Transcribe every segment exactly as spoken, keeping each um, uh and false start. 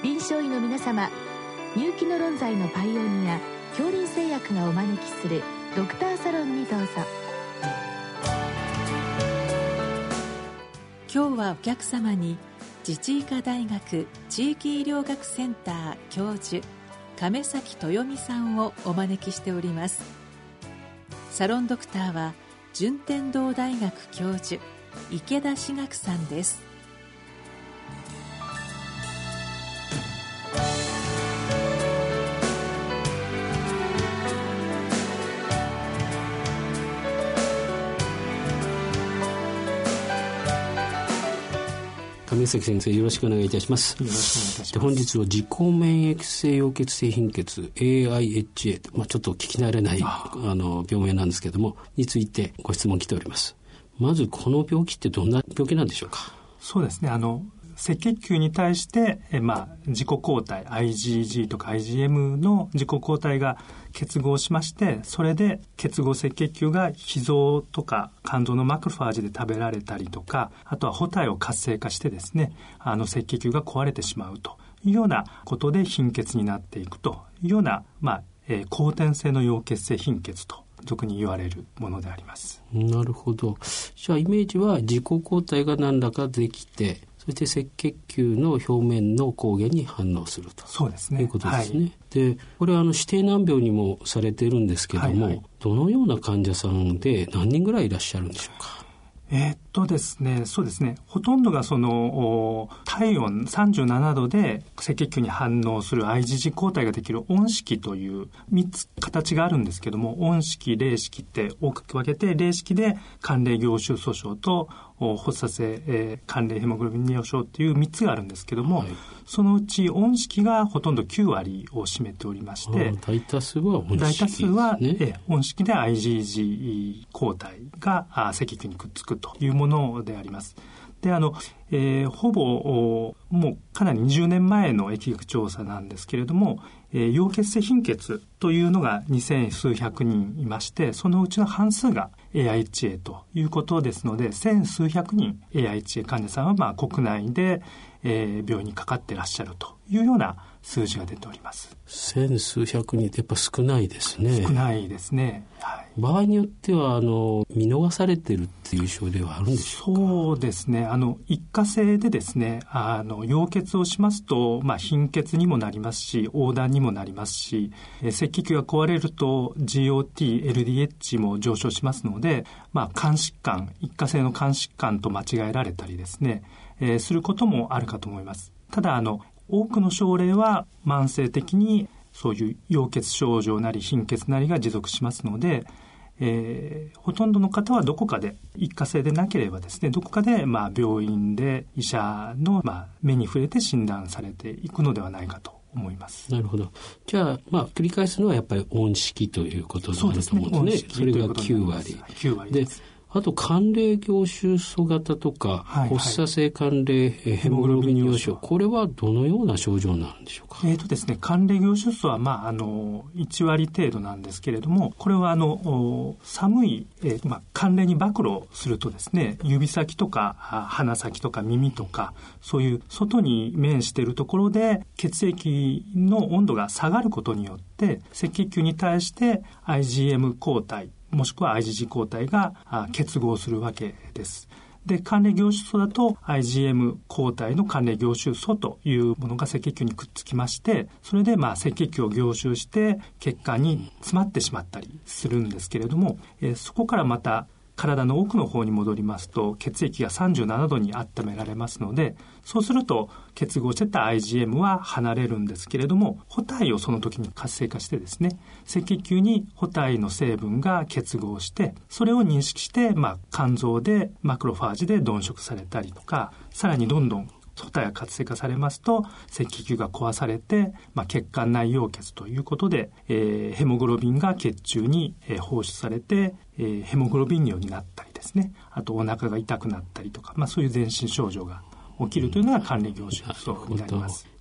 臨床医の皆様、入気の論剤のパイオニア杏林製薬がお招きするドクターサロンにどうぞ。 今日はお客様に自治医科大学地域医療学センター教授亀崎豊美さんをお招きしております。サロンドクターは順天堂大学教授池田志学さんです。 亀崎先生、よろしくお願いいたします。 よろしくお願いいたします。 で、本日は自己免疫性溶血性貧血 エーアイエイチエー、まあ、ちょっと聞き慣れないああの病名なんですけどもについてご質問来ております。まずこの病気ってどんな病気なんでしょうか？ そうですね、あの赤血球に対してえ、まあ、自己抗体 アイジージー とか アイジーエム の自己抗体が結合しまして、それで結合赤血球が脾臓とか肝臓のマクロファージで食べられたりとか、あとは補体を活性化してですね、あの赤血球が壊れてしまうというようなことで貧血になっていくというような、まあえー、後天性の溶血性貧血と俗に言われるものであります。 なるほど。じゃあイメージは自己抗体が何らかできて、そして赤血球の表面の抗原に反応すると。 そうですね。 いうことですね。 はい、 で、これはあの指定難病にもされているんですけども、はいはい、どのような患者さんで何人ぐらいいらっしゃるんでしょうか？ えー、っとですね、そうですね。ほとんどがその体温さんじゅうななどで赤血球に反応する アイジージー 抗体ができる温式というみっつ形があるんですけども、温式、冷式って大きく分けて、冷式で寒冷凝集素症と発作性、えー、寒冷ヘモグロビン尿症っていうみっつがあるんですけども、はい、そのうち温式がほとんどきゅうわりを占めておりまして、 大多数は温式ですね。 大多数は、えー、温式で アイジージー 抗体が赤血球にくっつくというものであります。で、あの、えー、ほぼもうかなりにじゅうねんまえの疫学調査なんですけれども、えー、溶血性貧血というのがにせん数百人いまして、そのうちの半数が エーアイエイチエー ということですので、千数百人 エーアイエイチエー 患者さんはまあ国内で、えー、病院にかかっていらっしゃるというような数字が出ております。 千数百人ってやっぱ少ないですね。 少ないですね。はい、 場合によってはあの見逃されてるっていう症例はあるんでしょうか？ そうですね。あの一過性でですね、あの溶血をしますと、まあ、貧血にもなりますし、黄疸にもなりますし、え赤血球が壊れると ジーオーティー、エルディーエイチ も上昇しますので、まあ、肝疾患、一過性の肝疾患と間違えられたりですね、えー、することもあるかと思います。ただあの多くの症例は慢性的にそういう溶血症状なり貧血なりが持続しますので、えー、ほとんどの方はどこかで一過性でなければですね、どこかでまあ病院で医者のまあ目に触れて診断されていくのではないかと思います。 なるほど。じゃあ、まあ、繰り返すのはやっぱり温式ということになると思うんですね。それがきゅうわり。 きゅうわりです。 であと寒冷凝集素型とか、はいはい、発作性寒冷ヘモグロビン尿症、これはどのような症状になるんでしょうか？ えーとですね、寒冷凝集素は、まあ、あのいちわり程度なんですけれども、これはあの寒い、えーまあ、寒冷に暴露するとですね、指先とか鼻先とか耳とか、そういう外に面しているところで血液の温度が下がることによって赤血球に対して アイジーエム 抗体もしくは アイジージー 抗体が結合するわけです。で、寒冷凝集素だと アイジーエム 抗体の寒冷凝集素というものが赤血球にくっつきまして、それでまあ赤血球を凝集して血管に詰まってしまったりするんですけれども、えー、そこからまた体の奥の方に戻りますと血液がさんじゅうななどに温められますので、そうすると結合してた アイジーエム は離れるんですけれども、補体をその時に活性化してですね、赤血球に補体の成分が結合して、それを認識して、まあ、肝臓でマクロファージで鈍色されたりとか、さらにどんどん補体が活性化されますと赤血球が壊されて、まあ、血管内溶血ということで、えー、ヘモグロビンが血中に、えー、放出されて、えー、ヘモグロビン尿になったりですね、あとお腹が痛くなったりとか、まあ、そういう全身症状が起きるというのが寒冷凝集素になります。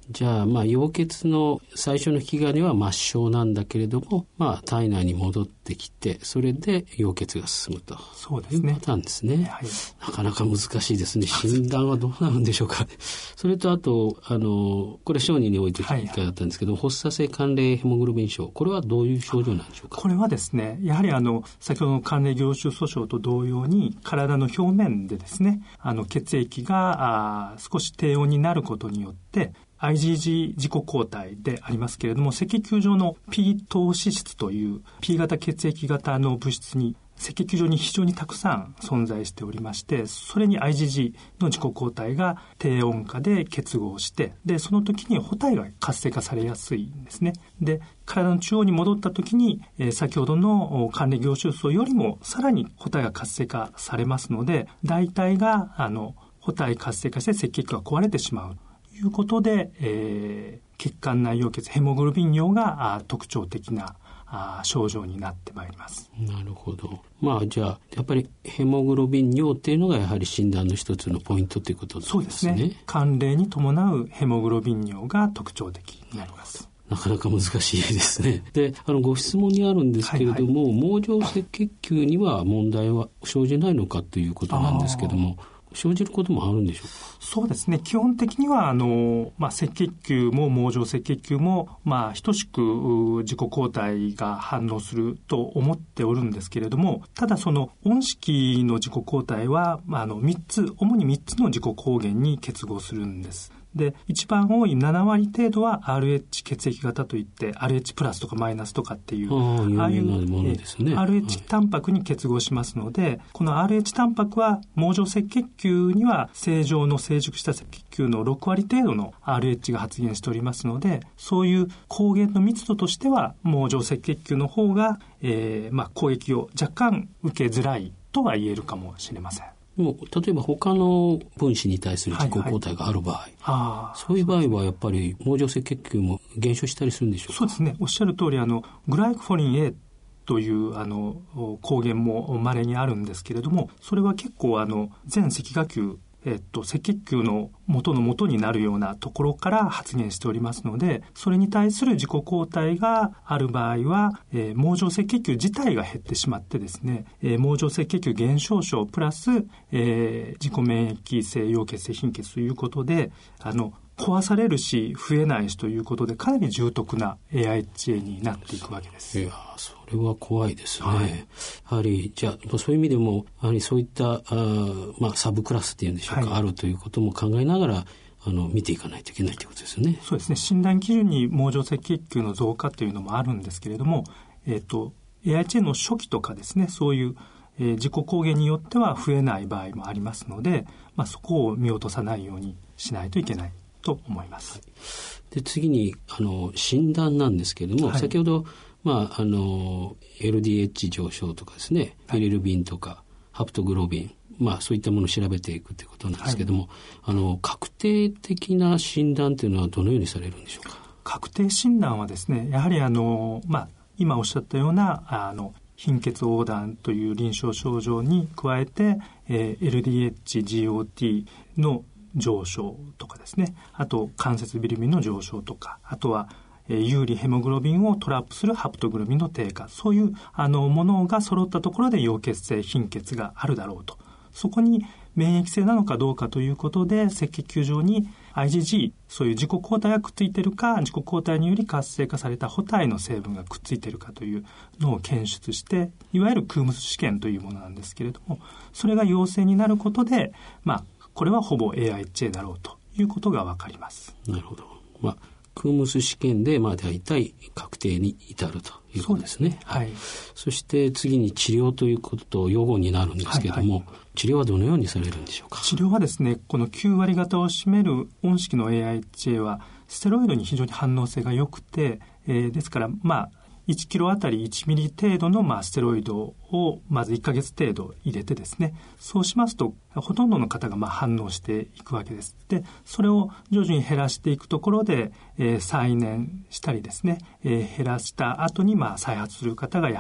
じゃあ、まあ、溶血の最初の引き金は末梢なんだけれども、まあ、体内に戻ってきて、それで溶血が進むと。 そうですね。 いうパターンですね。 はい、 なかなか難しいですね。診断はどうなるんでしょうか。それと、あと、あの、これ小児において一回だったんですけど、はいはい、発作性寒冷ヘモグロビン症。これはどういう症状なんでしょうか。 これはですね、やはりあの、先ほどの寒冷凝集訴訟と同様に、体の表面でですね、あの、血液があ少し低温になることによって、アイジージー 自己抗体でありますけれども、赤血球上の P 糖脂質という P 型血液型の物質に赤血球上に非常にたくさん存在しておりまして、それに アイジージー の自己抗体が低温下で結合して、でその時に補体が活性化されやすいんですね。で体の中央に戻った時に、えー、先ほどの寒冷凝集層よりもさらに補体が活性化されますので、大体があの補体活性化して赤血球が壊れてしまうということで、えー、血管内溶血ヘモグロビン尿があ特徴的なあ症状になってまいります。 なるほど。まあじゃあやっぱりヘモグロビン尿っていうのがやはり診断の一つのポイントということですね。 そうですね。寒冷に伴うヘモグロビン尿が特徴的になります。 なかなか難しいですね。で、あのご質問にあるんですけれども、はいはい、網状赤血球には問題は生じないのかということなんですけども、生じることもあるんでしょうか。 そうですね。基本的にはあの、まあ、赤血球も網状赤血球も、まあ、等しく自己抗体が反応すると思っておるんですけれども、ただその温式の自己抗体は、まあ、あのみっつ主にみっつの自己抗原に結合するんです。で一番多いななわり程度は アールエイチ 血液型といって アールエイチ プラスとかマイナスとかっていうああいうものですね。 アールエイチ タンパクに結合しますので、はい、この アールエイチ タンパクは網状赤血球には正常の成熟した赤血球のろくわり程度の アールエイチ が発現しておりますので、そういう抗原の密度としては網状赤血球の方が、えーまあ、攻撃を若干受けづらいとは言えるかもしれません。 でも例えば他の分子に対する自己抗体がある場合、はいはい、あそういう場合はやっぱり網状赤血球も減少したりするんでしょうか。 そうですね。おっしゃる通りあのグライコフォリン A というあの抗原も稀にあるんですけれども、それは結構あの全赤芽球えっと、赤血球の元の元になるようなところから発現しておりますので、それに対する自己抗体がある場合は、えー、網状赤血球自体が減ってしまってですね、えー、網状赤血球減少症プラス、えー、自己免疫性溶血性貧血ということで、あの壊されるし増えないしということでかなり重篤な エーアイエイチエー になっていくわけです。 いやそれは怖いですね、はい、やはりじゃあそういう意味でもやはりそういったあ、まあ、サブクラスっていうんでしょうか、はい、あるということも考えながらあの見ていかないといけないということですよね。 そうですね。診断基準に網状赤血球の増加というのもあるんですけれども、えーと、エーアイエイチエー の初期とかですね、そういう、えー、自己抗原によっては増えない場合もありますので、まあ、そこを見落とさないようにしないといけないと思います。 で次にあの診断なんですけれども、はい、先ほど、まあ、あの エルディーエイチ 上昇とかですね、ビリルビンとかハプトグロビン、まあ、そういったものを調べていくということなんですけれども、はい、あの確定的な診断というのはどのようにされるんでしょうか。 確定診断はですね、やはりあの、まあ、今おっしゃったようなあの貧血横断という臨床症状に加えて、えー、エルディーエイチジーオーティー の上昇とかですね、あと関節ビリルビンの上昇とか、あとは、えー、有利ヘモグロビンをトラップするハプトグロビンの低下、そういうあのものが揃ったところで溶血性貧血があるだろうと。そこに免疫性なのかどうかということで赤血球上に アイジージー、 そういう自己抗体がくっついているか、自己抗体により活性化された補体の成分がくっついているかというのを検出して、いわゆるクームス試験というものなんですけれども、それが陽性になることで、まあこれはほぼ エーアイエイチエー だろうということが分かります。 なるほど。まあ、クームス試験でまあ大体確定に至るということですね。 はい。 そして次に治療ということと用語になるんですけれども、はいはい、治療はどのようにされるんでしょうか。 治療はですね、このきゅうわり型を占める温式の エーアイエイチエー はステロイドに非常に反応性が良くて、えー、ですからまあいちキロあたりいちミリ程度のまあステロイドをまずいっかげつ程度入れてですね、そうしますとほとんどの方がまあ反応していくわけです。で、それを徐々に減らしていくところで、えー、再燃したりですね、えー、減らした後にまあ再発する方がやはり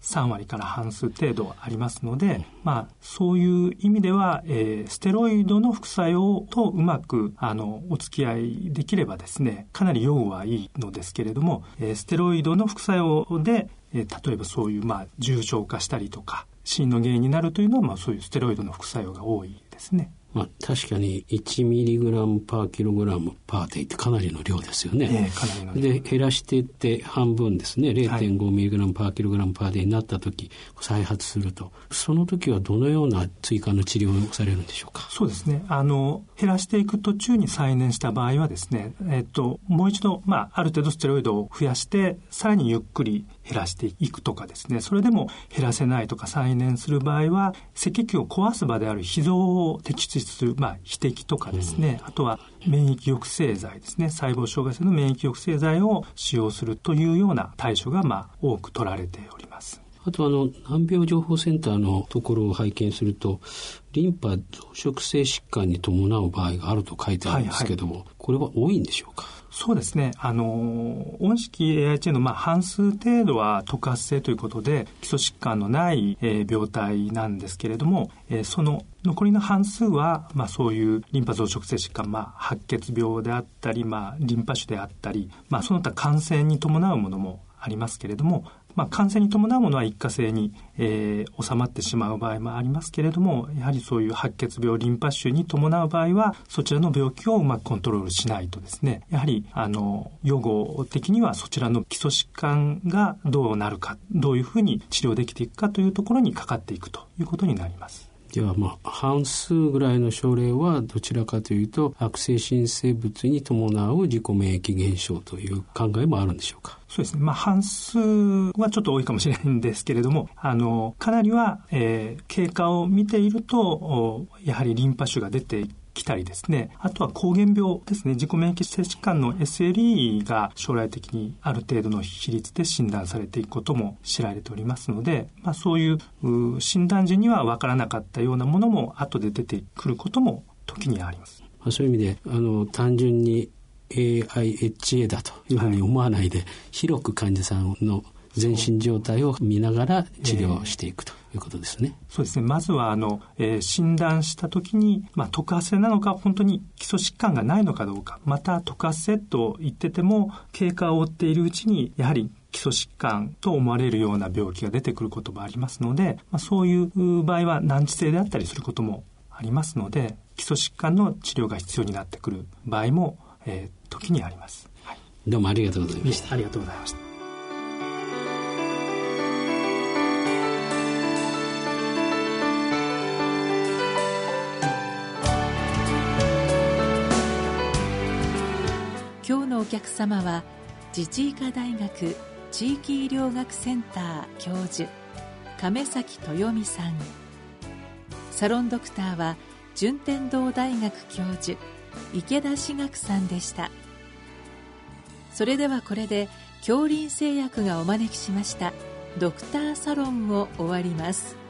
さんわりから半数程度ありますので、まあ、そういう意味では、えー、ステロイドの副作用とうまくあのお付き合いできればですね、かなり予後はいいのですけれども、えー、ステロイドの副作用で、えー、例えばそういう、まあ、重症化したりとか死因の原因になるというのは、まあ、そういうステロイドの副作用が多いですね。 まあ、確かにいちミリグラムパーキログラムパーデイってかなりの量ですよね。 えー、かなりの量で減らしていって半分ですね れいてんごミリグラムパーキログラムパーデイになった時、再発すると、その時はどのような追加の治療をされるんでしょうか。 そうですね、あの減らしていく途中に再燃した場合はですね、えっと、もう一度、まあ、ある程度ステロイドを増やしてさらにゆっくり減らしていくとかですね、それでも減らせないとか再燃する場合は赤血球を壊す場である脾臓を摘出する、まあ、非滴とかですね、うん、あとは免疫抑制剤ですね、細胞障害性の免疫抑制剤を使用するというような対処が、まあ、多く取られております。 あとあの難病情報センターのところを拝見すると、リンパ増殖性疾患に伴う場合があると書いてあるんですけども、はいはい、これは多いんでしょうか。 そうですね、あの温式 エーアイエイチエー のまあ半数程度は特発性ということで基礎疾患のない、えー、病態なんですけれども、えー、その残りの半数は、まあ、そういうリンパ増殖性疾患、まあ、白血病であったり、まあ、リンパ腫であったり、まあ、その他感染に伴うものもありますけれども、まあ、感染に伴うものは一過性に、えー、収まってしまう場合もありますけれども、やはりそういう白血病リンパ腫に伴う場合はそちらの病気をうまくコントロールしないとですね、やはりあの予後的にはそちらの基礎疾患がどうなるか、どういうふうに治療できていくかというところにかかっていくということになります。 ではまあ半数ぐらいの症例はどちらかというと悪性新生物に伴う自己免疫減少という考えもあるんでしょうか。 そうですね、まあ、半数はちょっと多いかもしれないんですけれども、あのかなりは、えー、経過を見ているとやはりリンパ腫が出て来たりですね、あとは膠原病ですね、自己免疫性疾患の エスエルイー が将来的にある程度の比率で診断されていくことも知られておりますので、まあ、そういう診断時には分からなかったようなものも後で出てくることも時にあります。 まあ、そういう意味であの単純に エーアイエイチエー だというふうに思わないで、はい、広く患者さんの全身状態を見ながら治療していくということですね。 えー、そうですね。まずはあの、えー、診断したときに、まあ、特発性なのか本当に基礎疾患がないのかどうか、また特発性と言ってても経過を追っているうちにやはり基礎疾患と思われるような病気が出てくることもありますので、まあ、そういう場合は難治性であったりすることもありますので、基礎疾患の治療が必要になってくる場合も、えー、時にあります。はい、 どうもありがとうございました。 ありがとうございました。 今日のお客様は自治医科大学地域医療学センター教授亀崎豊美さん、サロンドクターは順天堂大学教授池田志学さんでした。それではこれで杏林製薬がお招きしましたドクターサロンを終わります。